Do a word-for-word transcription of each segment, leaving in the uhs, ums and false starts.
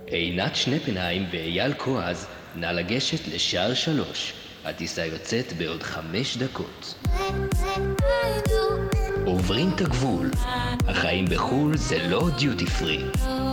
עינת שנפנהיים ואייל כועז, נא לגשת לשער שלוש. הטיסה יוצאת בעוד חמש דקות. עוברים את הגבול. החיים בחול זה לא דיוטי פרי.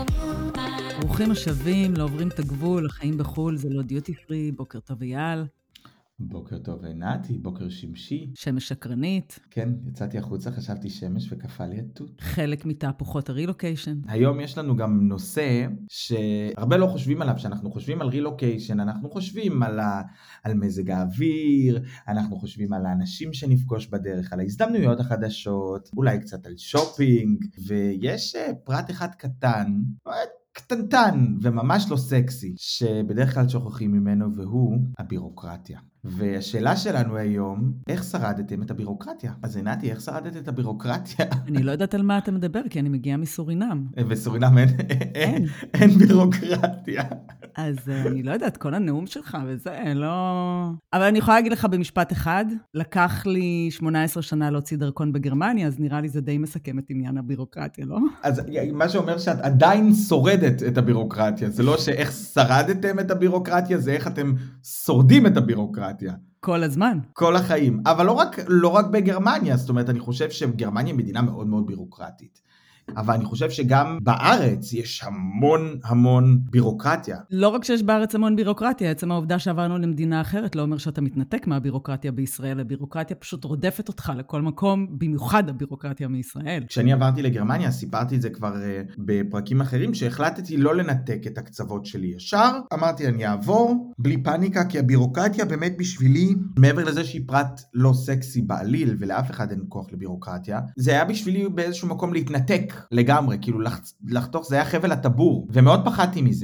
ברוכים השבים, לא עוברים את הגבול, החיים בחול זה לא דיוטי פרי. בוקר טוב אייל. בוקר טוב עינתי, בוקר שמשי. שמש שקרנית. כן, יצאתי החוצה, חשבתי שמש וקפה לי התות. חלק מתהפוכות הרילוקיישן. היום יש לנו גם נושא שהרבה לא חושבים עליו. כשאנחנו חושבים על רילוקיישן, אנחנו חושבים על, ה... על מזג האוויר, אנחנו חושבים על האנשים שנפגוש בדרך, על ההזדמנויות החדשות, אולי קצת על שופינג, ויש פרט אחד קטן, קטנטן וממש לא סקסי, שבדרך כלל שוכחים ממנו, והוא הבירוקרטיה. והשאלה שלנו היום, איך שרדתם את הבירוקרטיה? אז עינתי, איך שרדת את הבירוקרטיה? אני לא יודעת על מה אתה מדבר, כי אני מגיעה מסורינם. בסורינם אין, אין, אין בירוקרטיה. אז אני לא יודעת, כל הנאום שלך וזה, לא... אבל אני יכולה להגיד לך במשפט אחד, לקח לי שמונה עשרה שנה להוציא דרכון בגרמניה, אז נראה לי זה די מסכם את עניין הבירוקרטיה, לא? אז מה שאומר שאת עדיין שורדת את הבירוקרטיה, זה לא שאיך שרדתם את הבירוקרטיה, זה איך אתם שורדים את הבירוקרטיה. כל הזמן. כל החיים. אבל לא רק, לא רק בגרמניה, זאת אומרת, אני חושב שגרמניה היא מדינה מאוד מאוד בירוקרטית. אבל אני חושב שגם בארץ יש המון המון בירוקרטיה. לא רק שיש בארץ המון בירוקרטיה, עצם העובדה שעברנו למדינה אחרת לא אומר שאתה מתנתק מהבירוקרטיה בישראל, הבירוקרטיה פשוט רודפת אותך לכל מקום, במיוחד הבירוקרטיה מישראל. כשאני עברתי לגרמניה, סיפרתי את זה כבר uh, בפרקים אחרים, שהחלטתי לא לנתק את הקצוות שלי ישר. אמרתי, אני אעבור בלי פאניקה, כי הבירוקרטיה באמת בשבילי, מעבר לזה שהיא פרט לא סקסי בעליל, ולאף אחד אין כוח לבירוקרטיה, זה היה בשבילי באיזשהו מקום להתנתק לגמרי, כאילו לחתוך, זה היה חבל הטבור, ומאוד פחדתי מזה.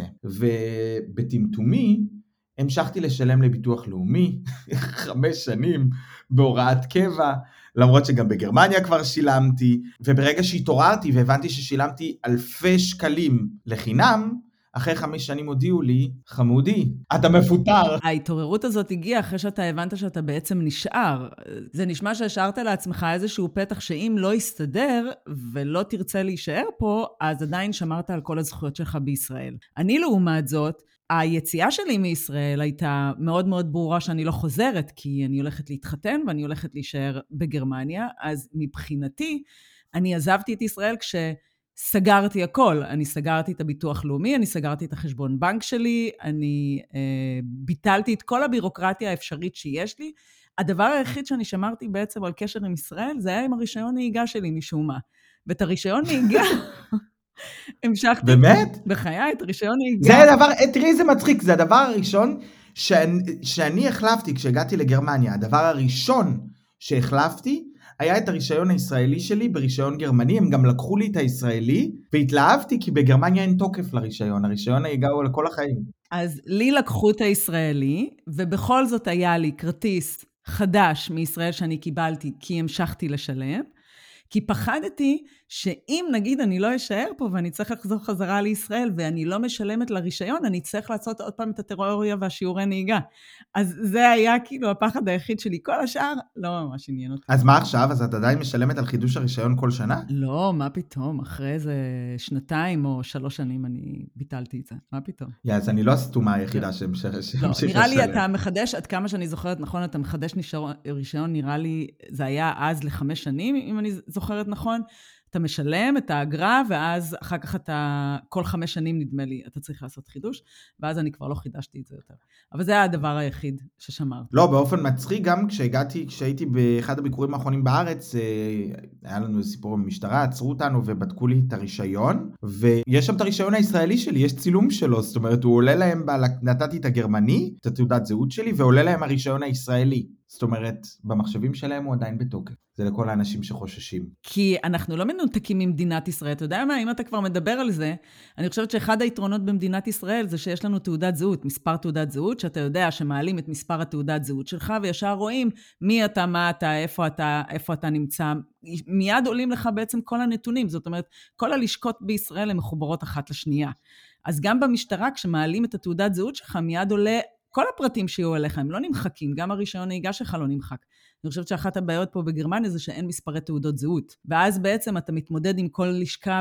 ובטמטומי המשכתי לשלם לביטוח לאומי חמש שנים בהוראת קבע, למרות שגם בגרמניה כבר שילמתי, וברגע שהתעוררתי והבנתי ששילמתי אלפי שקלים לחינם, אחרי חמש שנים הודיעו לי, חמודי, אתה מפוטר. ההתעוררות הזאת הגיעה אחרי שאתה הבנת שאתה בעצם נשאר. זה נשמע שהשארת לעצמך איזשהו פתח שאם לא יסתדר ולא תרצה להישאר פה, אז עדיין שמרת על כל הזכויות שלך בישראל. אני לעומת זאת, היציאה שלי מישראל הייתה מאוד מאוד ברורה שאני לא חוזרת, כי אני הולכת להתחתן ואני הולכת להישאר בגרמניה, אז מבחינתי אני עזבתי את ישראל כש... סגרתי הכל, אני סגרתי את הביטוח לאומי, אני סגרתי את החשבון בנק שלי, אני אה, ביטלתי את כל הבירוקרטיה האפשרית שיש לי. הדבר היחיד שאני שמרתי בעצם על קשר עם ישראל, זה היה עם הרישיון נהיגה שלי משום מה. ואת הרישיון נהיגה, המשכתי... באמת? בחיי, את הרישיון נהיגה. זה הדבר, תראי איזה מצחיק, זה הדבר הראשון שאני, שאני החלפתי כשהגעתי לגרמניה, הדבר הראשון שהחלפתי, היה את הרישיון הישראלי שלי ברישיון גרמני, הם גם לקחו לי את הישראלי, והתלהבתי כי בגרמניה אין תוקף לרישיון, הרישיון הגעו לכל החיים. אז לי לקחו את הישראלי, ובכל זאת היה לי כרטיס חדש מישראל שאני קיבלתי, כי המשכתי לשלם, כי פחדתי שאם נגיד אני לא אשאר פה ואני צריך לחזור חזרה לישראל ואני לא משלמת לרישיון, אני צריך לעשות עוד פעם את התיאוריה והשיעורי נהיגה. אז זה היה כאילו הפחד היחיד שלי. כל השאר לא ממש עניין אותי. אז מה עכשיו? אז את עדיין משלמת על חידוש הרישיון כל שנה? לא, מה פתאום? אחרי איזה שנתיים או שלוש שנים אני ביטלתי את זה. מה פתאום? יא, אז אני לא הסתומה היחידה שהמשך לשלם. לא, נראה לי אתה מחדש, עד כמה שאני זוכרת נכון, אתה מחדש רישיון, נראה לי, זה היה אז לחמש שנים, אם אני זוכרת נכון. אתה משלם את האגרה, ואז אחר כך אתה, כל חמש שנים נדמה לי, אתה צריך לעשות חידוש, ואז אני כבר לא חידשתי את זה יותר. אבל זה היה הדבר היחיד ששמר. לא, באופן מצחיק גם כשהגעתי, כשהייתי באחד הביקורים האחרונים בארץ, היה לנו סיפור במשטרה, עצרו אותנו ובדקו לי את הרישיון, ויש שם את הרישיון הישראלי שלי, יש צילום שלו, זאת אומרת, הוא עולה להם, נתתי את הגרמני, את התעודת זהות שלי, ועולה להם הרישיון הישראלי. זאת אומרת, במחשבים שלהם הוא עדיין בתוקף. זה לכל האנשים שחוששים. כי אנחנו לא מנותקים ממדינת ישראל. אתה יודע מה? אם אתה כבר מדבר על זה, אני חושבת שאחד היתרונות במדינת ישראל זה שיש לנו תעודת זהות, מספר תעודת זהות, שאתה יודע שמעלים את מספר התעודת זהות שלך, וישר רואים מי אתה, מה אתה, איפה אתה, איפה אתה נמצא. מיד עולים לך בעצם כל הנתונים. זאת אומרת, כל הלשכות בישראל הן מחוברות אחת לשנייה. אז גם במשטרה, כשמעלים את התעודת זהות שלך, מיד עולה כל הפרטים שיהיו אליך, הם לא נמחקים, גם הרישיון נהיגה שלך לא נמחק. אני חושבת שאחת הבעיות פה בגרמניה זה שאין מספרי תעודות זהות. ואז בעצם אתה מתמודד עם כל לשכה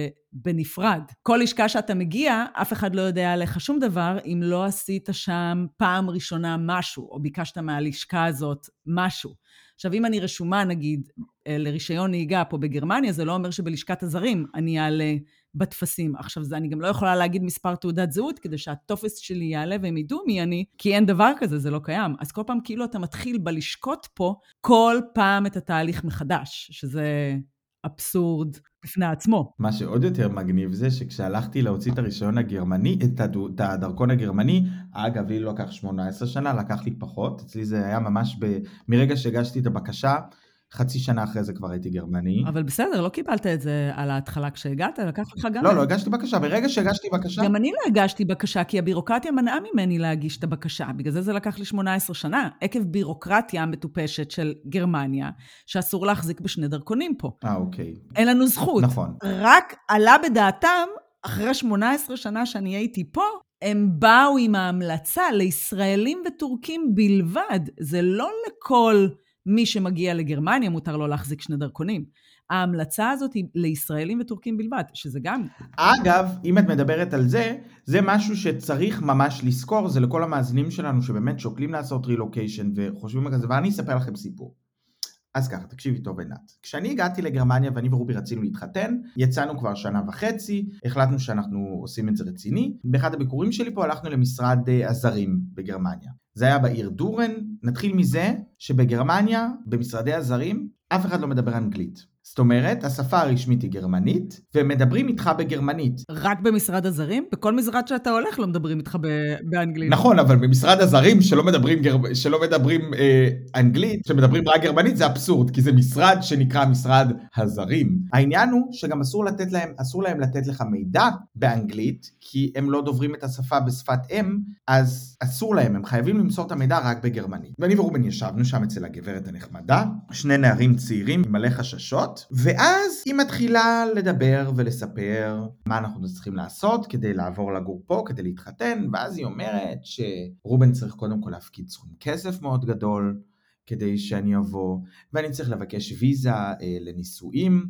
בנפרד. כל לשכה שאתה מגיע, אף אחד לא יודע עליך שום דבר, אם לא עשית שם פעם ראשונה משהו, או ביקשת מהלשכה הזאת משהו. עכשיו, אם אני רשומה, נגיד, לרישיון נהיגה פה בגרמניה, זה לא אומר שבלשכת הזרים אני אעלה בתפסים. עכשיו, זה, אני גם לא יכולה להגיד מספר תעודת זהות, כדי שהטופס שלי יעלה והם ידעו מי אני, כי אין דבר כזה, זה לא קיים. אז כל פעם כאילו אתה מתחיל בלשכות פה, כל פעם את התהליך מחדש, שזה אבסורד בפני עצמו. מה שעוד יותר מגניב זה שכשהלכתי להוציא את הרישיון הגרמני, את הדרכון הגרמני, אגב, לי לא לקח שמונה עשרה שנה, לקח לי פחות, אצלי זה היה ממש ב... מרגע שהגשתי את הבקשה, חצי שנה אחרי זה כבר הייתי גרמני. אבל בסדר, לא קיבלת את זה על ההתחלה כשהגעת, לקח לך גם... לא, לא הגשתי בקשה, ברגע שהגשתי בקשה... גם אני לא הגשתי בקשה, כי הבירוקרטיה מנעה ממני להגיש את הבקשה, בגלל זה זה לקח לי שמונה עשרה שנה, עקב בירוקרטיה המטופשת של גרמניה, שאסור להחזיק בשני דרכונים פה. אה, אוקיי. אין לנו זכות. נכון. רק עלה בדעתם, אחרי שמונה עשרה שנה שאני הייתי פה, הם באו עם ההמלצה לישראלים וטורקים בלבד, זה לא לכל... מי שמגיע לגרמניה מותר לו להחזיק שני דרכונים. ההמלצה הזאת היא לישראלים וטורקים בלבד, שזה גם... אגב, אם את מדברת על זה, זה משהו שצריך ממש לזכור, זה לכל המאזינים שלנו שבאמת שוקלים לעשות רילוקיישן וחושבים על זה, ואני אספר לכם סיפור. אז ככה, תקשיבי טוב עינת. כשאני הגעתי לגרמניה ואני ורובי רצינו להתחתן, יצאנו כבר שנה וחצי, החלטנו שאנחנו עושים את זה רציני. באחד הביקורים שלי פה הלכנו למשרד הזרים בגרמניה. זה היה בעיר דורן. נתחיל מזה שבגרמניה, במשרדי הזרים, אף אחד לא מדבר אנגלית. זאת אומרת, השפה הרשמית היא גרמנית, ומדברים איתך בגרמנית. רק במשרד הזרים? בכל משרד שאתה הולך לא מדברים איתך באנגלית. נכון, אבל במשרד הזרים שלא מדברים, גר... שלא מדברים אה, אנגלית, שמדברים רק גרמנית, זה אבסורד, כי זה משרד שנקרא משרד הזרים. העניין הוא שגם אסור לתת להם, אסור להם לתת לך מידע באנגלית, כי הם לא דוברים את השפה בשפת אם, אז אסור להם, הם חייבים למסור את המידע רק בגרמנית. ואני ורובן ישבנו שם אצל הגברת הנחמדה, שני נערים צעירים עם מלא חששות, ואז היא מתחילה לדבר ולספר מה אנחנו צריכים לעשות כדי לעבור לגור פה, כדי להתחתן, ואז היא אומרת שרובן צריך קודם כל להפקיד סכום כסף מאוד גדול כדי שאני אבוא, ואני צריך לבקש ויזה אה, לנישואים,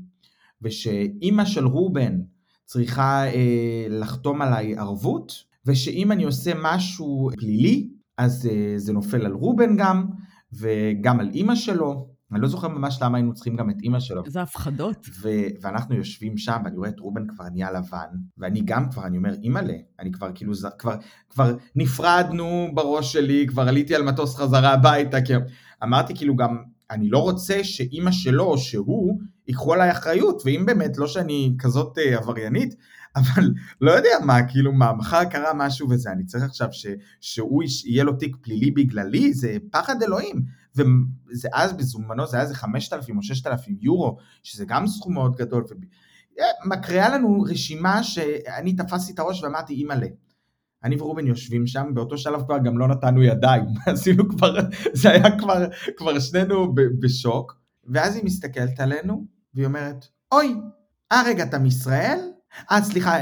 ושאימא של רובן צריכה אה, לחתום עליי ערבות, ושאם אני עושה משהו פלילי, אז אה, זה נופל על רובן גם, וגם על אימא שלו. אני לא זוכר ממש למה היינו צריכים גם את אמא שלו. איזה הפחדות. ו- ואנחנו יושבים שם, ואני רואה את רובן כבר נהיה לבן, ואני גם כבר, אני אומר, אמאלה, אני כבר כאילו, ז- כבר, כבר נפרדנו בראש שלי, כבר עליתי על מטוס חזרה הביתה, כי אמרתי כאילו גם, אני לא רוצה שאמא שלו או שהוא ייקחו עליי אחריות, ואם באמת לא שאני כזאת uh, עבריינית, אבל לא יודע מה, כאילו מה, מחר קרה משהו וזה, אני צריך עכשיו ש- שהוא יהיה לו תיק פלילי בגללי, זה פחד אלוהים. וזה אז בזומנו, זה היה איזה חמשת אלפים או ששת אלפים יורו, שזה גם סכום מאוד גדול, ומקריאה לנו רשימה שאני תפסתי את הראש ואמרתי, אימא'לה, אני ורובן יושבים שם, באותו שלב כבר גם לא נתנו ידיים, עשינו כבר, זה היה כבר, כבר שנינו בשוק, ואז היא מסתכלת עלינו, והיא אומרת, אוי, אה רגע, אתה מישראל? אה, סליחה,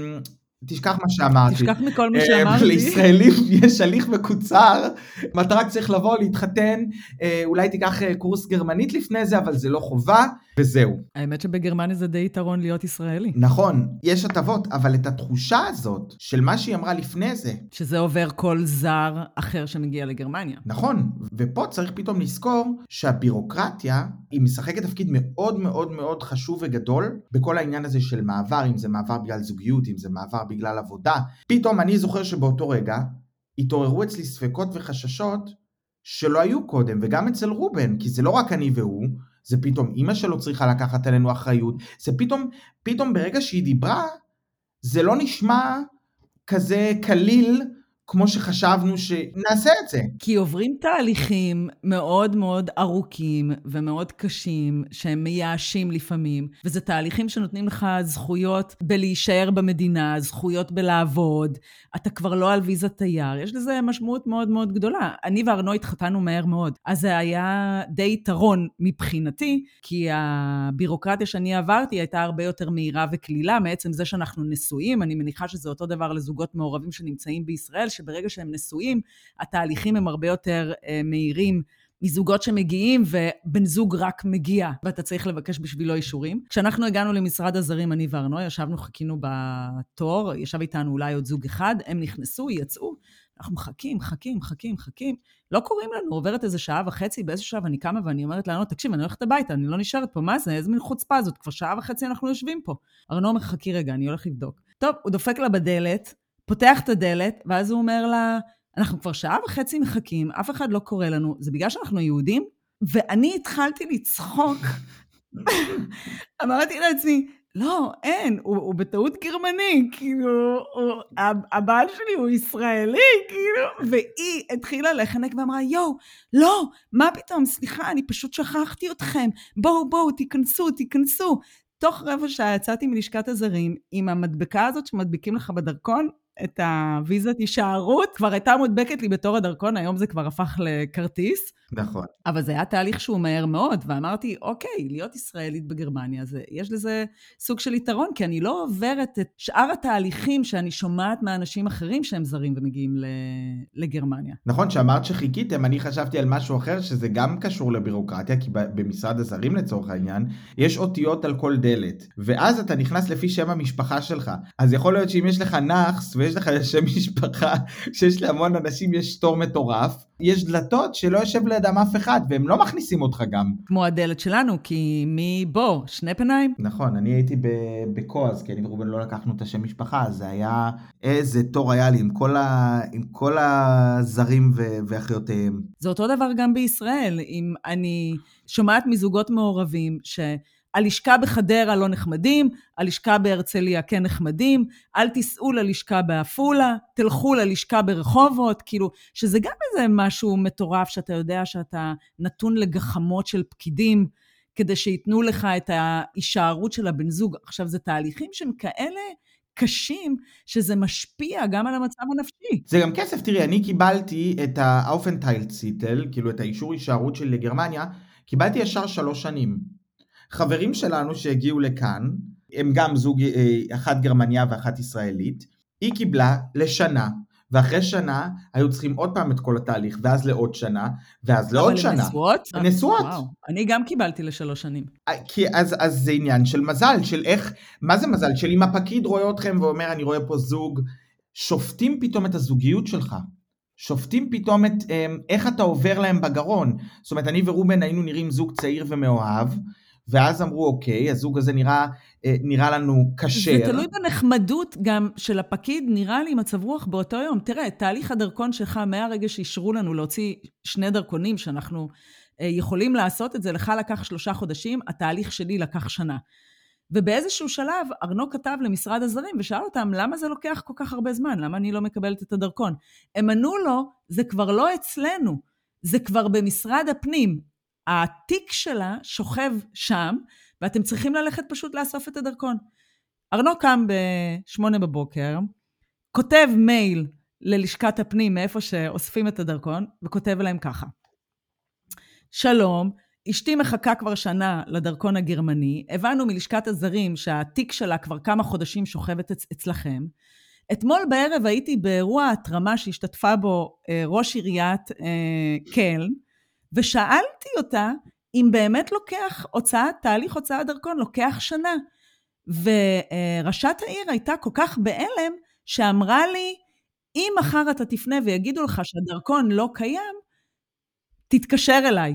תשכח מה שאמרתי. תשכח מכל מה שאמרתי. לישראלים יש הליך מקוצר, אתה רק צריך לבוא, להתחתן, אולי תיקח קורס גרמנית לפני זה, אבל זה לא חובה, וזהו. האמת שבגרמניה זה די יתרון להיות ישראלי. נכון, יש הטבות, אבל את התחושה הזאת, של מה שהיא אמרה לפני זה. שזה עובר כל זר אחר שמגיע לגרמניה. נכון, ופה צריך פתאום לזכור שהבירוקרטיה, היא משחקת תפקיד מאוד מאוד מאוד חשוב וגדול, בכל העניין הזה של מעבר, אם זה מעבר בגלל זוגיות, אם זה מעבר בגלל עבודה. פתאום אני זוכר שבאותו רגע, התעוררו אצלי ספקות וחששות, שלא היו קודם, וגם אצל רובן, כי זה לא רק אני והוא, זה פתאום אמא שלו צריכה לקחת עלינו אחריות, זה פתאום, פתאום ברגע שהיא דיברה, זה לא נשמע כזה קליל, כמו שחשבנו שנעשה את זה. כי עוברים תהליכים מאוד מאוד ארוכים ומאוד קשים, שהם מייאשים לפעמים, וזה תהליכים שנותנים לך זכויות בלהישאר במדינה, זכויות בלעבוד, אתה כבר לא על ויזת תייר, יש לזה משמעות מאוד מאוד גדולה. אני וארנו התחתנו מהר מאוד, אז זה היה די יתרון מבחינתי, כי הבירוקרטיה שאני עברתי הייתה הרבה יותר מהירה וכלילה, מעצם זה שאנחנו נשואים, אני מניחה שזה אותו דבר לזוגות מעורבים שנמצאים בישראל, שברגע שהם נשואים, התהליכים הם הרבה יותר אה, מהירים, מזוגות שמגיעים ובן זוג רק מגיע, ואתה צריך לבקש בשבילו אישורים. כשאנחנו הגענו למשרד הזרים, אני וארנו, ישבנו, חיכינו בתור, ישב איתנו אולי עוד זוג אחד, הם נכנסו, יצאו, אנחנו מחכים, מחכים, מחכים, מחכים, לא קוראים לנו, עוברת איזה שעה וחצי, באיזה שעה אני קמה ואני אומרת לארנו, תקשיב, אני הולכת הביתה, אני לא נשארת פה, מה זה? איזה מין חוצפה הזאת, כבר שעה וחצי אנחנו יושבים פה. ארנו אומר, חכי רגע, אני הולך לבדוק. טוב, הוא דופק לה בדלת, פותח את הדלת, ואז הוא אומר לה, אנחנו כבר שעה וחצי מחכים, אף אחד לא קורא לנו, זה בגלל שאנחנו יהודים, ואני התחלתי לצחוק. אמרתי לעצמי, לא, אין, הוא, הוא בטעות גרמני, כאילו, הוא, הבעל שלי הוא ישראלי, כאילו, והיא התחילה לחנק ואמרה, יו, לא, מה פתאום, סליחה, אני פשוט שכחתי אתכם, בואו, בואו, תיכנסו, תיכנסו. תוך רבע שעה יצאתי מלשכת הזרים, עם המדבקה הזאת שמדביקים לך בדרכון, את הוויזת הישארות, כבר הייתה מודבקת לי בתור הדרכון, היום זה כבר הפך לכרטיס. נכון. אבל זה היה תהליך שהוא מהר מאוד, ואמרתי, אוקיי, להיות ישראלית בגרמניה, זה, יש לזה סוג של יתרון, כי אני לא עוברת את שאר התהליכים שאני שומעת מאנשים אחרים שהם זרים ומגיעים לגרמניה. נכון, שאמרת שחיכיתם, אני חשבתי על משהו אחר, שזה גם קשור לבירוקרטיה, כי במשרד הזרים לצורך העניין, יש אותיות על כל דלת, ואז אתה נכנס לפי שם המשפחה שלך, אז יכול להיות שאם יש לך נחס, ויש לך שם משפחה, שיש להמון אנשים, יש תור מטורף, יש דלתות שלא יושב לידם אף אחד, והם לא מכניסים אותך גם. כמו הדלת שלנו, כי מי בוא, שני פניים? נכון, אני הייתי בקוז, כי אני ורובן לא לקחנו את השם משפחה, זה היה, איזה תור היה לי, עם כל, ה, עם כל הזרים ו- ואחיותיהם. זה אותו דבר גם בישראל, אם אני שומעת מזוגות מעורבים, ש... הלשכה בחדרה לא נחמדים, הלשכה בהרצליה כן נחמדים, אל תיסעו ללשכה באפולה, תלכו ללשכה ברחובות, כאילו, שזה גם איזה משהו מטורף, שאתה יודע שאתה נתון לגחמות של פקידים, כדי שיתנו לך את ההישארות של הבן זוג. עכשיו, זה תהליכים שהם כאלה קשים, שזה משפיע גם על המצב הנפשי. זה גם כסף, תראי, אני קיבלתי את האופנטיילציטל, כאילו את האישור הישארות של לגרמניה, קיבלתי ישר שלוש שנים. חברים שלנו שהגיעו לכאן, הם גם זוג, אחת גרמניה ואחת ישראלית, היא קיבלה לשנה, ואחרי שנה היו צריכים עוד פעם את כל התהליך, ואז לעוד שנה, ואז לעוד שנה. אבל הן נשואות? נשואות. וואו, אני גם קיבלתי לשלוש שנים. כי אז, אז זה עניין של מזל, של איך, מה זה מזל? של אם הפקיד רואה אתכם ואומר, אני רואה פה זוג, שופטים פתאום את הזוגיות שלך. שופטים פתאום את איך אתה עובר להם בגרון. זאת אומרת, אני ורובן היינו נראים זוג צעיר ומאוהב, ואז אמרו, אוקיי, הזוג הזה נראה, נראה לנו קשר. זה תלוי בנחמדות גם של הפקיד, נראה לי מצב רוח באותו יום. תראה, תהליך הדרכון שלך, מהרגע שאישרו לנו להוציא שני דרכונים, שאנחנו יכולים לעשות את זה, לך לקח שלושה חודשים, התהליך שלי לקח שנה. ובאיזשהו שלב, ארנו כתב למשרד הזרים, ושאל אותם, למה זה לוקח כל כך הרבה זמן? למה אני לא מקבלת את הדרכון? הם ענו לו, זה כבר לא אצלנו, זה כבר במשרד הפנים. התיק שלה שוכב שם, ואתם צריכים ללכת פשוט לאסוף את הדרכון. ארנו קם בשמונה בבוקר, כותב מייל ללשכת הפנים, מאיפה שאוספים את הדרכון, וכותב להם ככה. שלום, אשתי מחכה כבר שנה לדרכון הגרמני, הבנו מלשכת הזרים שהתיק שלה כבר כמה חודשים שוכבת אצלכם, אתמול בערב הייתי באירוע התרמה שהשתתפה בו ראש עיריית קלן, ושאלתי אותה אם באמת לוקח הוצאת, תהליך הוצאת דרכון לוקח שנה. וראשת העיר הייתה כל כך בהלם, שאמרה לי, אם מחר אתה תפנה ויגידו לך שהדרכון לא קיים, תתקשר אליי.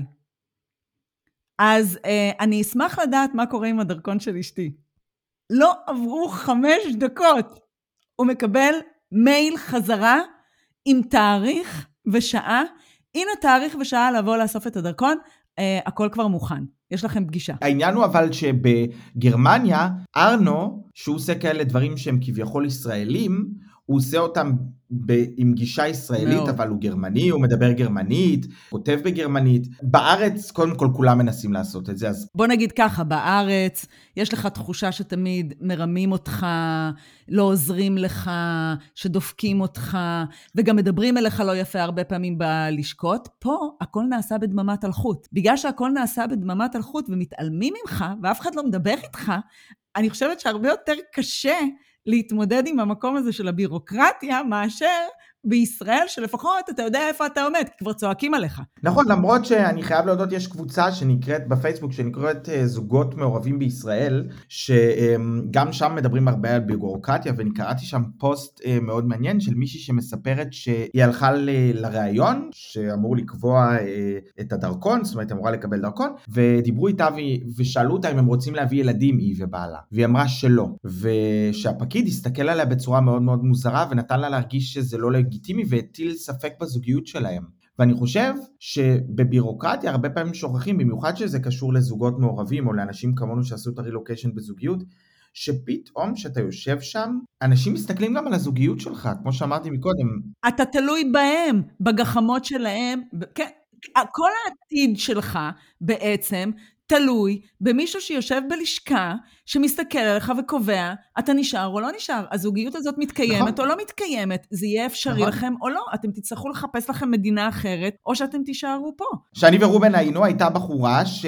אז אני אשמח לדעת מה קורה עם הדרכון של אשתי. לא עברו חמש דקות. הוא מקבל מייל חזרה עם תאריך ושעה, הנה תאריך ושעה לבוא לאסוף את הדרכון, אה, הכל כבר מוכן, יש לכם פגישה. העניין הוא אבל שבגרמניה, ארנו, שהוא עושה כאלה דברים שהם כביכול ישראלים, הוא עושה אותם ב- עם גישה ישראלית, מאוד. אבל הוא גרמני, הוא מדבר גרמנית, כותב בגרמנית. בארץ, קודם כל, כולם מנסים לעשות את זה. אז... בוא נגיד ככה, בארץ, יש לך תחושה שתמיד מרמים אותך, לא עוזרים לך, שדופקים אותך, וגם מדברים אליך לא יפה הרבה פעמים בלשכות. פה, הכל נעשה בדממת אלחוט. בגלל שהכל נעשה בדממת אלחוט ומתעלמים ממך, ואף אחד לא מדבר איתך, אני חושבת שהרבה יותר קשה להתמודד עם המקום הזה של הבירוקרטיה, מאשר בישראל, שלפחות אתה יודע איפה אתה עומד, כי כבר צועקים עליך. נכון, למרות שאני חייב להודות, יש קבוצה שנקראת בפייסבוק, שנקראת זוגות מעורבים בישראל, שגם שם מדברים הרבה על ביורוקרטיה, ואני קראתי שם פוסט מאוד מעניין של מישהי שמספרת שהיא הלכה לראיון, שאמור לקבוע את הדרכון, זאת אומרת, אמורה לקבל דרכון, ודיברו איתה ושאלו אותה אם הם רוצים להביא ילדים, היא ובעלה, והיא אמרה שלא, ושהפקיד הסתכל עליה בצורה מאוד מאוד מוזרה, ונתן לה להרגיש שזה לא לגיטימי, והטיל ספק בזוגיות שלהם. ואני חושב שבבירוקרטיה הרבה פעמים שוכחים, במיוחד שזה קשור לזוגות מעורבים, או לאנשים כמונו שעשו את הרילוקיישן בזוגיות, שפתאום שאתה יושב שם, אנשים מסתכלים גם על הזוגיות שלך, כמו שאמרתי מקודם. אתה תלוי בהם, בגחמות שלהם, כן, כל העתיד שלך בעצם תלוי במישהו שיושב בלשכה, שמסתכל עליך וקובע, אתה נשאר או לא נשאר. הזוגיות הזאת מתקיימת נכון. או לא מתקיימת, זה יהיה אפשרי נכון. לכם או לא. אתם תצטרכו לחפש לכם מדינה אחרת, או שאתם תישארו פה. שאני ורובן היינו, הייתה בחורה ש...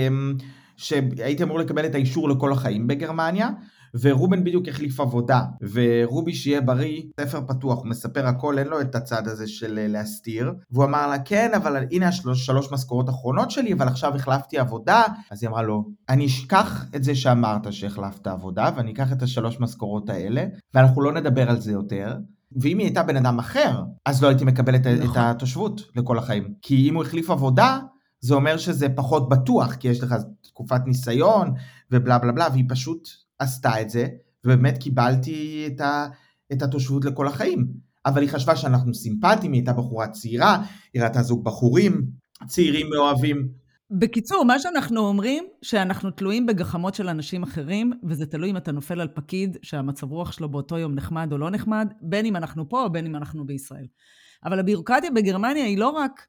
שהייתי אמור לקבל את האישור לכל החיים בגרמניה, ורובן בדיוק החליף עבודה, ורובי שיהיה בריא, ספר פתוח, הוא מספר הכל, אין לו את הצד הזה של להסתיר, והוא אמר לה, כן, אבל הנה השלוש, שלוש משכורות אחרונות שלי, אבל עכשיו החלפתי עבודה, אז היא אמרה לו, אני אשכח את זה שאמרת שהחלפת עבודה, ואני אקח את השלוש משכורות האלה, ואנחנו לא נדבר על זה יותר, ואם היא הייתה בן אדם אחר, אז לא הייתי מקבלת נכון. את התושבות לכל החיים, כי אם הוא החליף עבודה, זה אומר שזה פחות בטוח, כי יש לך תקופת ניסיון, ובלה בלה בלה, והיא פשוט עשתה את זה, ובאמת קיבלתי את, ה, את התושבות לכל החיים. אבל היא חשבה שאנחנו סימפטיים, היא הייתה בחורה צעירה, היא ראתה זוג בחורים, צעירים מאוהבים. בקיצור, מה שאנחנו אומרים, שאנחנו תלויים בגחמות של אנשים אחרים, וזה תלוי אם אתה נופל על פקיד, שהמצב רוח שלו באותו יום נחמד או לא נחמד, בין אם אנחנו פה או בין אם אנחנו בישראל. אבל הבירוקרטיה בגרמניה היא לא רק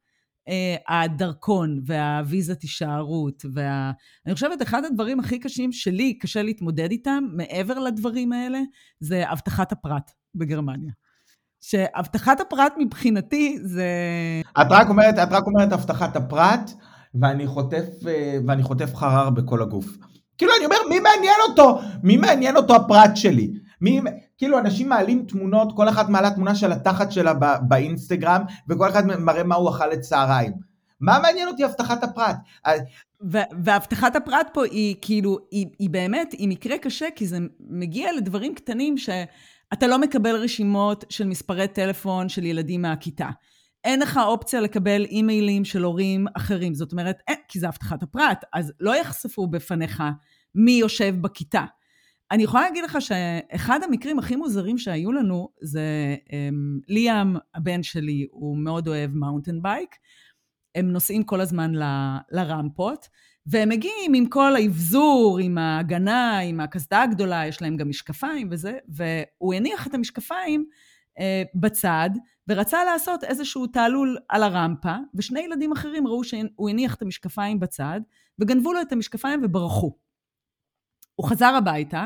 הדרכון והוויזת הישארות, וה... אני חושבת, אחד הדברים הכי קשים שלי, קשה להתמודד איתם, מעבר לדברים האלה, זה הבטחת הפרט בגרמניה. שהבטחת הפרט מבחינתי זה... את רק אומרת, את רק אומרת הבטחת הפרט, ואני חוטף, ואני חוטף חרר בכל הגוף. כאילו אני אומר, מי מעניין אותו? מי מעניין אותו הפרט שלי? מי... כאילו אנשים מעלים תמונות, כל אחת מעלה תמונה של התחת שלה בא, באינסטגרם, וכל אחד מראה מה הוא אכל לצהריים. מה מעניין אותי הבטחת הפרט? והבטחת הפרט פה היא כאילו, היא, היא באמת, היא מקרה קשה, כי זה מגיע לדברים קטנים שאתה לא מקבל רשימות של מספרי טלפון של ילדים מהכיתה. אין לך אופציה לקבל אימיילים של הורים אחרים. זאת אומרת, אין, כי זה הבטחת הפרט, אז לא יחשפו בפניך מי יושב בכיתה. אני יכולה להגיד לך שאחד המקרים הכי מוזרים שהיו לנו, זה um, ליאם, הבן שלי, הוא מאוד אוהב מאונטן בייק, הם נוסעים כל הזמן ל, לרמפות, והם מגיעים עם כל ההבזור, עם ההגנה, עם הקסדה הגדולה, יש להם גם משקפיים וזה, והוא הניח את המשקפיים uh, בצד, ורצה לעשות איזשהו תעלול על הרמפה, ושני ילדים אחרים ראו שהוא הניח את המשקפיים בצד, וגנבו לו את המשקפיים וברחו. הוא חזר הביתה,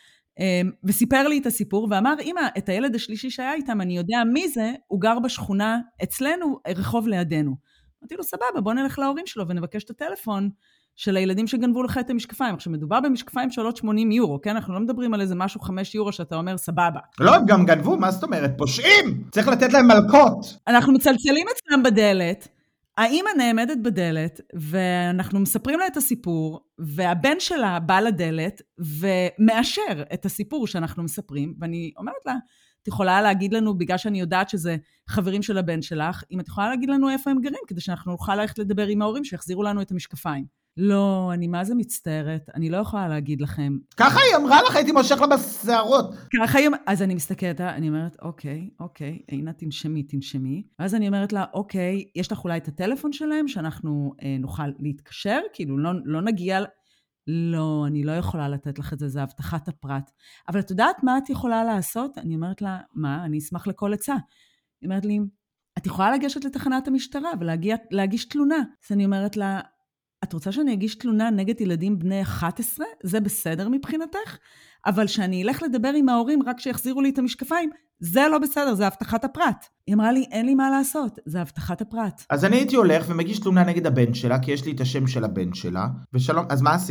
וסיפר לי את הסיפור, ואמר, אמא, את הילד השלישי שהיה איתם, אני יודע מי זה, הוא גר בשכונה אצלנו, רחוב לידינו. אמרתי לו, סבבה, בוא נלך להורים שלו, ונבקש את הטלפון של הילדים שגנבו לך את המשקפיים. עכשיו, מדובר במשקפיים שעולות שמונים יורו, כן? אנחנו לא מדברים על איזה משהו חמש יורו, שאתה אומר, סבבה. לא, הם גם גנבו, מה זאת אומרת? פושעים! צריך לתת להם מלכות. אנחנו מצלצלים אצלם בדלת, האמא נעמדת בדלת, ואנחנו מספרים לה את הסיפור, והבן שלה בא לדלת, ומאשר את הסיפור שאנחנו מספרים, ואני אומרת לה, את יכולה להגיד לנו, בגלל שאני יודעת שזה חברים של הבן שלך, אם את יכולה להגיד לנו איפה הם גרים, כדי שאנחנו נוכל ללכת לדבר עם ההורים, שיחזירו לנו את המשקפיים. לא, אני מה זה מצטערת, אני לא יכולה להגיד לכם. ככה היא אמרה לך, הייתי מושך לה בשערות. ככה היא, אז אני מסתכלת, אני אומרת, אוקיי, אוקיי, אינה תנשמי, תנשמי. ואז אני אומרת לה, אוקיי, יש לך אולי את הטלפון שלהם, שאנחנו אה, נוכל להתקשר, כאילו לא, לא נגיע, לא, אני לא יכולה לתת לך את זה, זה הבטחת הפרט. אבל את יודעת מה את יכולה לעשות? אני אומרת לה, מה? אני אשמח לכל עצה. היא אומרת לי, את יכולה לגשת לתחנת המשטרה ולהגיש תלונה. אז אני אומרת לה, את רוצה שאני אגיש תלונה נגד ילדים בני אחת עשרה? זה בסדר מבחינתך? אבל שאני אלך לדבר עם ההורים רק שיחזירו לי את המשקפיים, זה לא בסדר, זה הבטחת הפרט. היא אמרה לי, אין לי מה לעשות, זה הבטחת הפרט. אז אני הייתי הולך ומגיש תלונה נגד הבן שלה, כי יש לי את השם של הבן שלה, ושלום, אז מה עשית?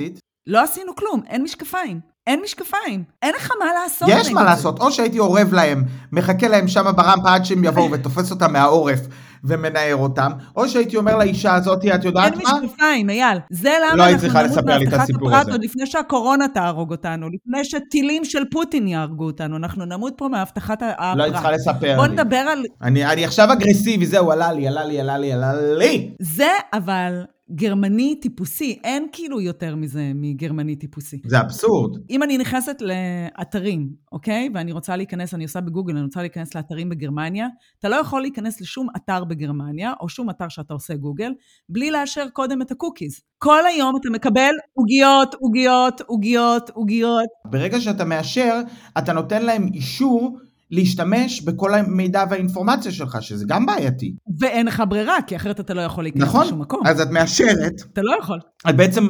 לא עשינו כלום, אין משקפיים. אין משקפיים. אין לך מה לעשות. יש מה לעשות, או שהייתי עורב להם, מחכה להם שם ברמפה עד שהם יבואו ותופס אותם מהעורף ומנער אותם, או שהייתי אומר לאישה הזאת, את יודעת מה? אין משקפיים, אייל. זה למה לא היית אנחנו צריכה נמות לספר לי את מהבטחת הסיפור הפרט הזה. עוד לפני שהקורונה תהרוג אותנו, לפני שטילים של פוטין יהרגו אותנו, אנחנו נמות פה מהבטחת הפרט. לא היית צריכה לספר בוא לי. נדבר על... אני, אני עכשיו אגרסיבי, זהו, עלה לי, עלה לי, עלה לי, עלה לי. זה אבל גרמני טיפוסי, אין כאילו יותר מזה מגרמני טיפוסי. זה אבסורד. אם אני נכנסת לאתרים, אוקיי? ואני רוצה להיכנס, אני עושה בגוגל, אני רוצה להיכנס לאתרים בגרמניה, אתה לא יכול להיכנס לשום אתר בגרמניה, או שום אתר שאתה עושה גוגל, בלי לאשר קודם את הקוקיז. כל היום אתה מקבל עוגיות, עוגיות, עוגיות, עוגיות. ברגע שאתה מאשר, אתה נותן להם אישור להשתמש בכל המידע והאינפורמציה שלך, שזה גם בעייתי. ואין לך ברירה, כי אחרת אתה לא יכול להיכנס נכון? לשום מקום. אז את מאשרת. אתה לא יכול. את בעצם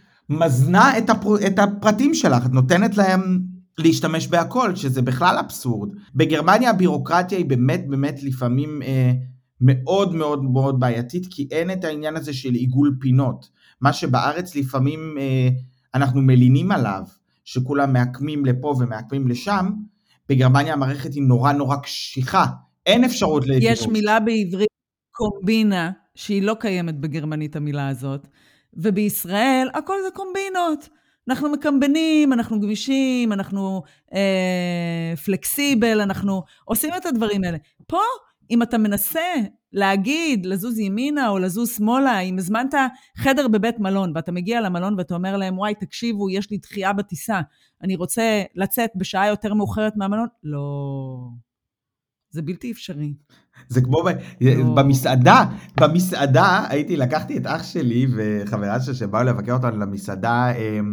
מזנה את, הפר... את הפרטים שלך, את נותנת להם להשתמש בהכל, שזה בכלל אבסורד. בגרמניה הבירוקרטיה היא באמת באמת לפעמים אה, מאוד מאוד מאוד בעייתית, כי אין את העניין הזה של עיגול פינות. מה שבארץ לפעמים אה, אנחנו מלינים עליו, שכולם מעקמים לפה ומעקמים לשם, בגרמניה המערכת היא נורא נורא קשיחה, אין אפשרות לדיוק. יש מילה בעברית קומבינה, שהיא לא קיימת בגרמנית המילה הזאת, ובישראל הכל זה קומבינות. אנחנו מקמבנים, אנחנו גמישים, אנחנו אה, פלקסיבל, אנחנו עושים את הדברים האלה. פה, אם אתה מנסה להגיד, לזוז ימינה או לזוז שמאלה, אם הזמנת חדר בבית מלון, ואתה מגיע למלון ואתה אומר להם, וואי, תקשיבו, יש לי דחייה בטיסה, אני רוצה לצאת בשעה יותר מאוחרת מהמלון, לא, זה בלתי אפשרי. זה כמו ב... לא. במסעדה, במסעדה הייתי, לקחתי את אח שלי וחברה שלי שבאו לבקר אותנו למסעדה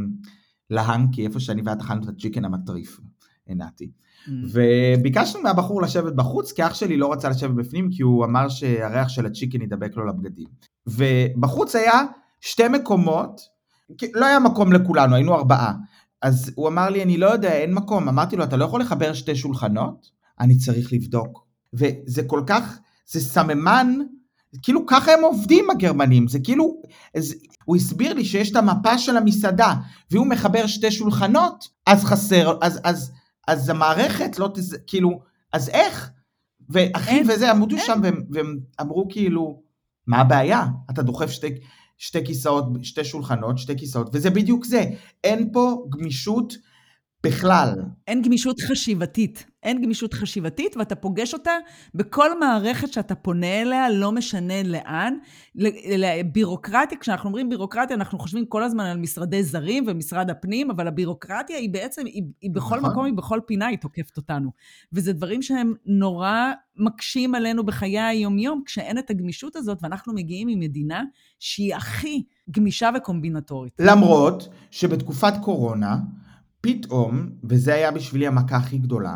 להנקי, איפה שאני ואת אכלנו את הצ'יקן המטריף, עינתי. Mm. וביקשנו מהבחור לשבת בחוץ, כי אח שלי לא רצה לשבת בפנים, כי הוא אמר שהריח של הצ'יקן ידבק לו לבגדים. ובחוץ היה שתי מקומות, לא היה מקום לכולנו, היינו ארבעה. אז הוא אמר לי, אני לא יודע, אין מקום. אמרתי לו, אתה לא יכול לחבר שתי שולחנות? אני צריך לבדוק. וזה כל כך, זה סממן, כאילו ככה הם עובדים הגרמנים, זה כאילו, אז, הוא הסביר לי שיש את המפה של המסעדה, והוא מחבר שתי שולחנות, אז חסר, אז, אז, אז המערכת לא תזה, כאילו, אז איך? ואחי וזה עמדו שם, והם, והם אמרו כאילו, מה הבעיה? אתה דוחף שתי, שתי כיסאות, שתי שולחנות, שתי כיסאות, וזה בדיוק זה, אין פה גמישות בכלל. אין גמישות חשיבתית, אין גמישות חשיבתית, ואתה פוגש אותה בכל מערכת שאתה פונה אליה, לא משנה לאן. בירוקרטיה, כשאנחנו אומרים בירוקרטיה, אנחנו חושבים כל הזמן על משרדי זרים ומשרד הפנים, אבל הבירוקרטיה היא בעצם, היא, היא בכל נכון. מקום, היא בכל פינה, היא תוקפת אותנו. וזה דברים שהם נורא מקשים עלינו בחיי היום-יום, כשאין את הגמישות הזאת, ואנחנו מגיעים ממדינה שהיא הכי גמישה וקומבינטורית. למרות שבתקופת קורונה, פתאום, וזה היה בשבילי המכה הכי גדולה,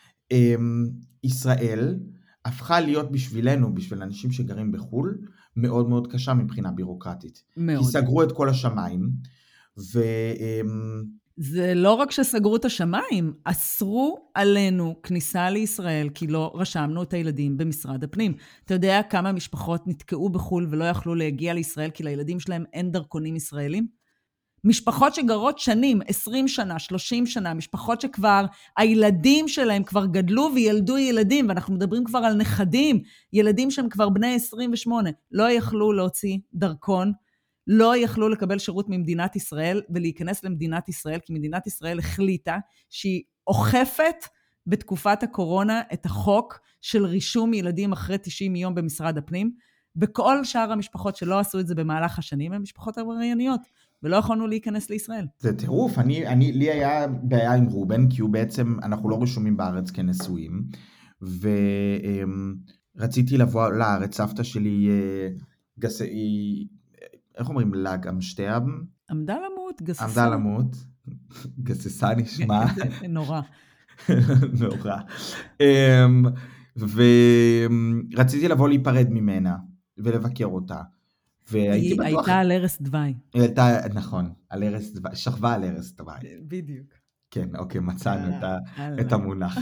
ישראל הפכה להיות בשבילנו, בשביל אנשים שגרים בחול, מאוד מאוד קשה מבחינה בירוקרטית. מאוד. כי סגרו את כל השמיים, ו... זה לא רק שסגרו את השמיים, אסרו עלינו כניסה לישראל, כי לא רשמנו את הילדים במשרד הפנים. אתה יודע כמה משפחות נתקעו בחול ולא יכלו להגיע לישראל, כי לילדים שלהם אין דרכונים ישראלים? משפחות שגרות שנים, עשרים שנה, שלושים שנה, משפחות שכבר, הילדים שלהם כבר גדלו וילדו ילדים, ואנחנו מדברים כבר על נכדים, ילדים שהם כבר בני עשרים ושמונה, לא יכלו להוציא דרכון, לא יכלו לקבל שירות ממדינת ישראל, ולהיכנס למדינת ישראל, כי מדינת ישראל החליטה שהיא אוכפת בתקופת הקורונה את החוק של רישום ילדים אחרי תשעים יום במשרד הפנים, וכל שאר המשפחות שלא עשו את זה במהלך השנים, הן משפחות עברייניות. ולא יכולנו להיכנס לישראל. זה טירוף, אני, אני, לי היה בעיה עם רובן, כי הוא בעצם, אנחנו לא רשומים בארץ כנשואים, ורציתי לבוא לארץ, סבתא שלי, גס... איך אומרים לה, גם שתיהם? עמדה למות, גססה. עמדה למות, גססה נשמע. נורא. נורא. ורציתי לבוא להיפרד ממנה, ולבקר אותה. היא הייתה על ערש דווי. היא הייתה, נכון, על ערש דווי, שכבה על ערש דווי. בדיוק. כן, אוקיי, מצאנו את המונח.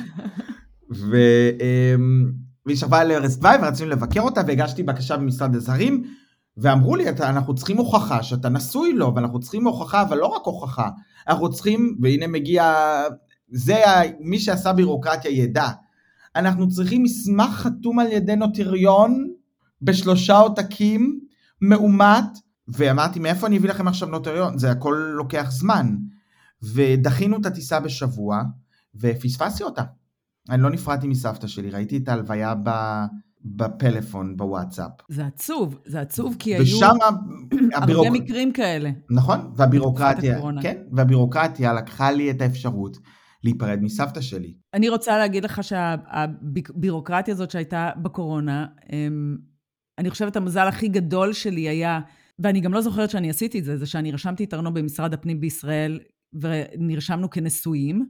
והיא שכבה על ערש דווי, ורצינו לבקר אותה, והגשתי בקשה במשרד הזרים, ואמרו לי, אנחנו צריכים הוכחה שאתה נשוי לו, ואנחנו צריכים הוכחה, אבל לא רק הוכחה, אנחנו צריכים, והנה מגיע, זה מי שעשה בירוקרטיה ידע, אנחנו צריכים מסמך חתום על ידי נוטריון, בשלושה עותקים, מאומת, ואמרתי, מאיפה אני אביא לכם עכשיו נוטריון? זה הכל לוקח זמן, ודחינו את הטיסה בשבוע, ופספסתי אותה. אני לא נפרדתי מסבתא שלי, ראיתי את ההלוויה בפלאפון, בוואטסאפ. זה עצוב, זה עצוב כי היו ושם הרבה מקרים כאלה. נכון, והבירוקרטיה, כן, והבירוקרטיה לקחה לי את האפשרות להיפרד מסבתא שלי. אני רוצה להגיד לך שהבירוקרטיה הזאת שהייתה בקורונה, אני חושבת המזל הכי גדול שלי היה, ואני גם לא זוכרת שאני עשיתי את זה, זה שאני רשמתי את ארנו במשרד הפנים בישראל, ונרשמנו כנשואים,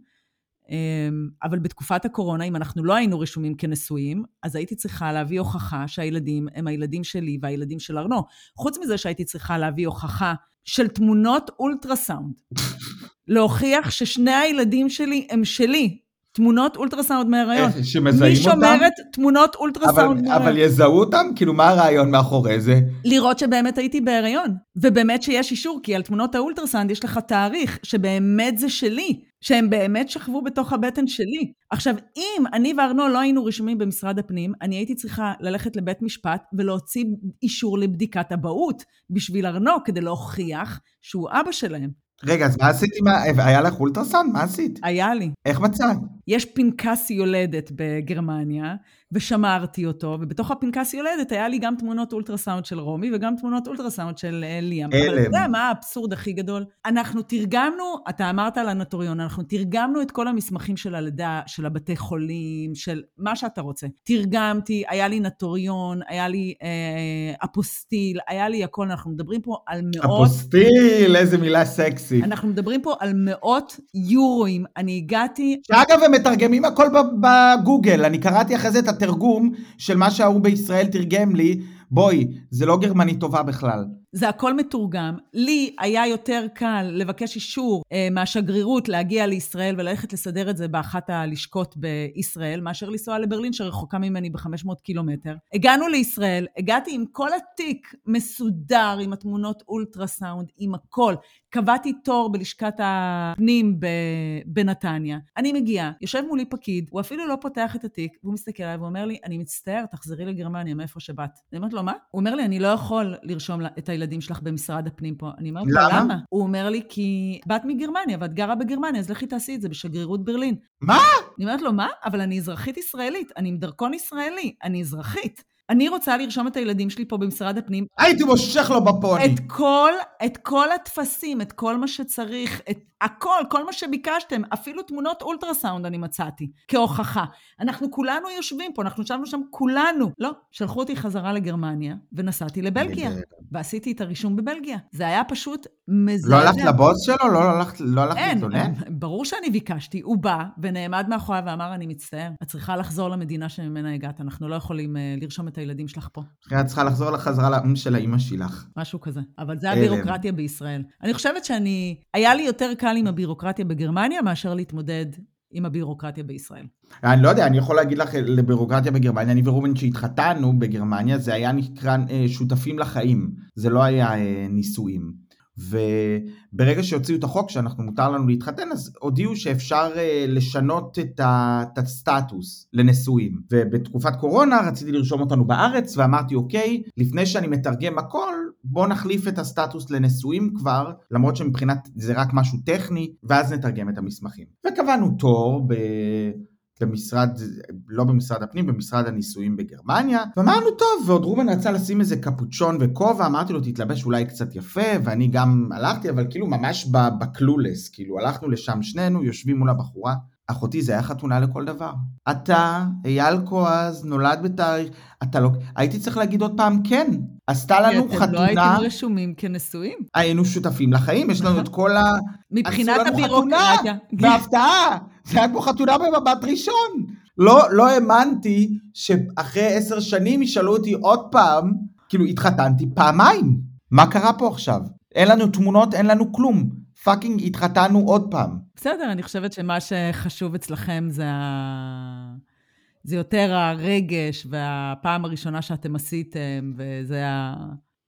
אבל בתקופת הקורונה, אם אנחנו לא היינו רשומים כנשואים, אז הייתי צריכה להביא הוכחה שהילדים הם הילדים שלי והילדים של ארנו. חוץ מזה שהייתי צריכה להביא הוכחה של תמונות אולטרסאונד. להוכיח ששני הילדים שלי הם שלי. תמונות אולטרסאונד מהיריון. שמזהים אותם? מי שומרת תמונות אולטרסאונד מהיריון? אבל יזהו אותם? כאילו מה הרעיון מאחורי זה? לראות שבאמת הייתי בהיריון. ובאמת שיש אישור, כי על תמונות האולטרסאונד יש לך תאריך שבאמת זה שלי. שהם באמת שכבו בתוך הבטן שלי. עכשיו, אם אני וארנו לא היינו רשומים במשרד הפנים, אני הייתי צריכה ללכת לבית משפט ולהוציא אישור לבדיקת אבהות בשביל ארנו, כדי להוכיח שהוא אבא שלהם. רגע, אז מה עשית? היה לך אולטרסאונד? מה עשית? היה לי. איך מצאת? יש פנקס יולדת בגרמניה, ושמרתי אותו, ובתוך הפנקס יולדת היה לי גם תמונות אולטרסאונד של רומי, וגם תמונות אולטרסאונד של ליאם. אבל אתה יודע מה האבסורד הכי גדול? אנחנו תרגמנו, אתה אמרת על הנוטריון, אנחנו תרגמנו את כל המסמכים של הלידה, של הבתי חולים, של מה שאתה רוצה. תרגמתי, היה לי נוטריון, היה לי אה, אפוסטיל, היה לי הכל, אנחנו מדברים פה על מאות... אפוסטיל, איזה מילה סקסי. אנחנו מדברים פה על מאות יורואים. אני הגעתי... שאגב, הם מתרגמים הכל בגוגל, אני קראתי אחרי זה את התרגום של מה שההוא בישראל תרגם לי, בואי, זה לא גרמנית טובה בכלל. זה הכל מתורגם. לי היה יותר קל לבקש אישור אה, מהשגרירות להגיע לישראל וללכת לסדר את זה באחת הלשכות בישראל, מאשר לנסוע לברלין שרחוקה ממני ב-חמש מאות קילומטר. הגענו לישראל, הגעתי עם כל התיק מסודר, עם התמונות אולטרסאונד, עם הכל. קבעתי תור בלשכת הפנים בנתניה. אני מגיעה, יושב מולי פקיד, הוא אפילו לא פותח את התיק, והוא מסתכל עליי ואומר לי, אני מצטער, תחזרי לגרמניה, מאיפה שבאת. אני אומרת לו, מה? הוא אומר לי, אני לא יכול לרשום את הילדים שלך במשרד הפנים פה. אני אומרת לו, למה? הוא אומר לי, כי באת מגרמניה, ואת גרה בגרמניה, אז לכי תעשי את זה בשגרירות ברלין. מה? אני אומרת לו, מה? אבל אני אזרחית ישראלית, אני עם דרכון ישראלי, אני אזרחית. אני רוצה לרשום את הילדים שלי פה במשרד הפנים. הייתי מושך לו בפוני. את כל, את כל התפסים, את כל מה שצריך, את הכל, כל מה שביקשתם, אפילו תמונות אולטרסאונד אני מצאתי, כהוכחה. אנחנו כולנו יושבים פה, אנחנו ישבנו שם כולנו. לא, שלחו אותי חזרה לגרמניה, ונסעתי לבלגיה, ועשיתי את הרישום בבלגיה. זה היה פשוט מזעזע. לא הלכת לבוס שלו? לא הלכת להתלונן? אין, ברור שאני ביקשתי. הוא בא ונעמד מאחוריי ואמר, אני מצטער, את צריכה לחזור למדינה שממנה הגעת, אנחנו לא יכולים לרשום את הילדים שלך פה. את צריכה לחזור לחזרה לאם של האמא שלך. משהו כזה. אבל זה הבירוקרטיה בישראל. אני חושבת שאני, היה לי יותר קל עם הבירוקרטיה בגרמניה, מאשר להתמודד עם הבירוקרטיה בישראל. אני לא יודע, אני יכול להגיד לך לבירוקרטיה בגרמניה, אני ורובן שהתחתנו בגרמניה, זה היה נקרא שותפים לחיים, זה לא היה נישואים. וברגע שהוציאו את החוק שאנחנו מותר לנו להתחתן, אז הודיעו שאפשר לשנות את הסטטוס לנשואים. ובתקופת קורונה רציתי לרשום אותנו בארץ, ואמרתי, אוקיי, לפני שאני מתרגם הכל, בוא נחליף את הסטטוס לנשואים כבר, למרות שמבחינת זה רק משהו טכני, ואז נתרגם את המסמכים. וקבענו תור ב... במשרד, לא במשרד הפנים, במשרד הנישואים בגרמניה, ואמרנו טוב, ועוד רובן רצה לשים איזה קפוצ'ון וכובע, אמרתי לו תתלבש אולי קצת יפה, ואני גם הלכתי, אבל כאילו ממש בקלולס, כאילו הלכנו לשם שנינו, יושבים מול הבחורה, אחותי זה היה חתונה לכל דבר. אתה, אייל כועז, נולד בתאריך, אתה לא, הייתי צריך להגיד עוד פעם כן, עשתה לנו חתונה. אתם לא הייתם רשומים כנשואים. היינו שותפים לחיים, יש לנו את כל ה... מבחינת הבירוקרטיה. בהפתעה, זה היה כמו חתונה במבט ראשון. לא, לא האמנתי שאחרי עשר שנים ישאלו אותי עוד פעם, כאילו התחתנתי פעמיים. מה קרה פה עכשיו? אין לנו תמונות, אין לנו כלום. פאקינג התחתנו עוד פעם. בסדר, אני חושבת שמה שחשוב אצלכם זה ה... זה יותר הרגש והפעם הראשונה שאתם עשיתם, וזה ה...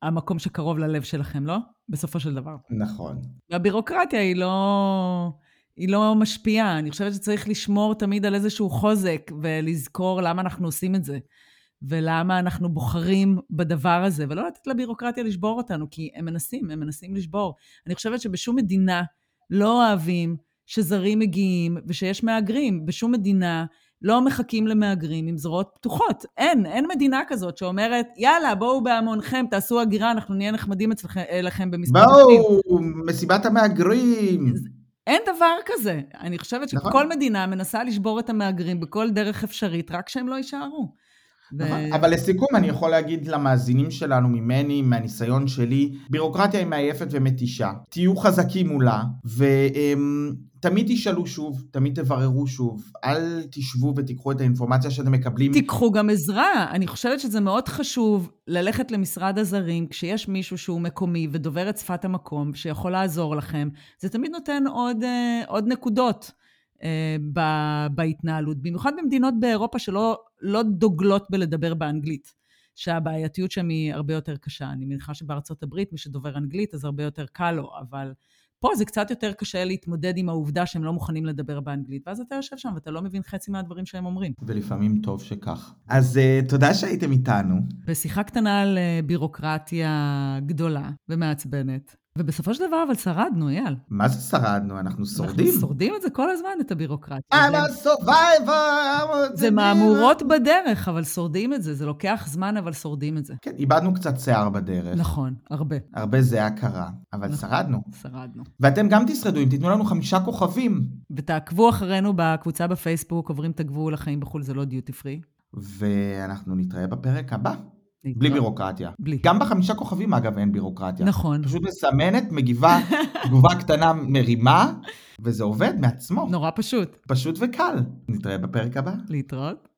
המקום שקרוב ללב שלכם, לא? בסופו של דבר. נכון. והבירוקרטיה היא לא, היא לא משפיעה. אני חושבת שצריך לשמור תמיד על איזשהו חוזק, ולזכור למה אנחנו עושים את זה, ולמה אנחנו בוחרים בדבר הזה, ולא לתת לבירוקרטיה לשבור אותנו, כי הם מנסים, הם מנסים לשבור. אני חושבת שבשום מדינה לא אוהבים שזרים מגיעים, ושיש מאגרים. בשום מדינה לא מחכים למאגרים עם זרועות פתוחות. אין, אין מדינה כזאת שאומרת, יאללה, בואו בהמונכם, תעשו הגירה, אנחנו נהיה נחמדים אצלכם במספר שנים. בואו, מסיבת המאגרים. אין דבר כזה. אני חושבת שכל נכון. מדינה מנסה לשבור את המאגרים בכל דרך אפשרית, רק שהם לא יישארו. נכון. אבל לסיכום אני יכול להגיד למאזינים שלנו ממני, מהניסיון שלי, בירוקרטיה היא מעייפת ומתישה. תהיו חזקים מולה, ותמיד תשאלו שוב, תמיד תבררו שוב, אל תשבו ותיקחו את האינפורמציה שאתם מקבלים. תיקחו גם עזרה. אני חושבת שזה מאוד חשוב ללכת למשרד הזרים, כשיש מישהו שהוא מקומי ודובר את שפת המקום, שיכול לעזור לכם. זה תמיד נותן עוד, עוד נקודות. בהתנהלות, במיוחד במדינות באירופה שלא לא דוגלות בלדבר באנגלית, שהבעייתיות שם היא הרבה יותר קשה. אני מניחה שבארצות הברית מי שדובר אנגלית אז הרבה יותר קל לו, אבל פה זה קצת יותר קשה להתמודד עם העובדה שהם לא מוכנים לדבר באנגלית, ואז אתה יושב שם ואתה לא מבין חצי מהדברים שהם אומרים. ולפעמים טוב שכך. אז uh, תודה שהייתם איתנו. בשיחה קטנה על uh, בירוקרטיה גדולה ומעצבנת. ובסופו של דבר, אבל שרדנו, אייל. מה זה שרדנו? אנחנו שורדים. אנחנו שורדים את זה כל הזמן, את הבירוקרטיה. I'm a survivor. זה מהמורות בדרך, אבל שורדים את זה. זה לוקח זמן, אבל שורדים את זה. כן, איבדנו קצת שיער בדרך. נכון, הרבה. הרבה זה הכרה, אבל נכון, שרדנו. שרדנו. ואתם גם תשרדו, אם תיתנו לנו חמישה כוכבים. ותעקבו אחרינו בקבוצה בפייסבוק, עוברים את הגבול, החיים בחול, זה לא דיוטי פרי. ואנחנו נתראה בפרק הבא. בלי בירוקרטיה. בלי. גם בחמישה כוכבים, אגב, אין בירוקרטיה. נכון. פשוט מסמנת, מגיבה, תגובה קטנה מרימה, וזה עובד מעצמו. נורא פשוט. פשוט וקל. נתראה בפרק הבא. להתראות.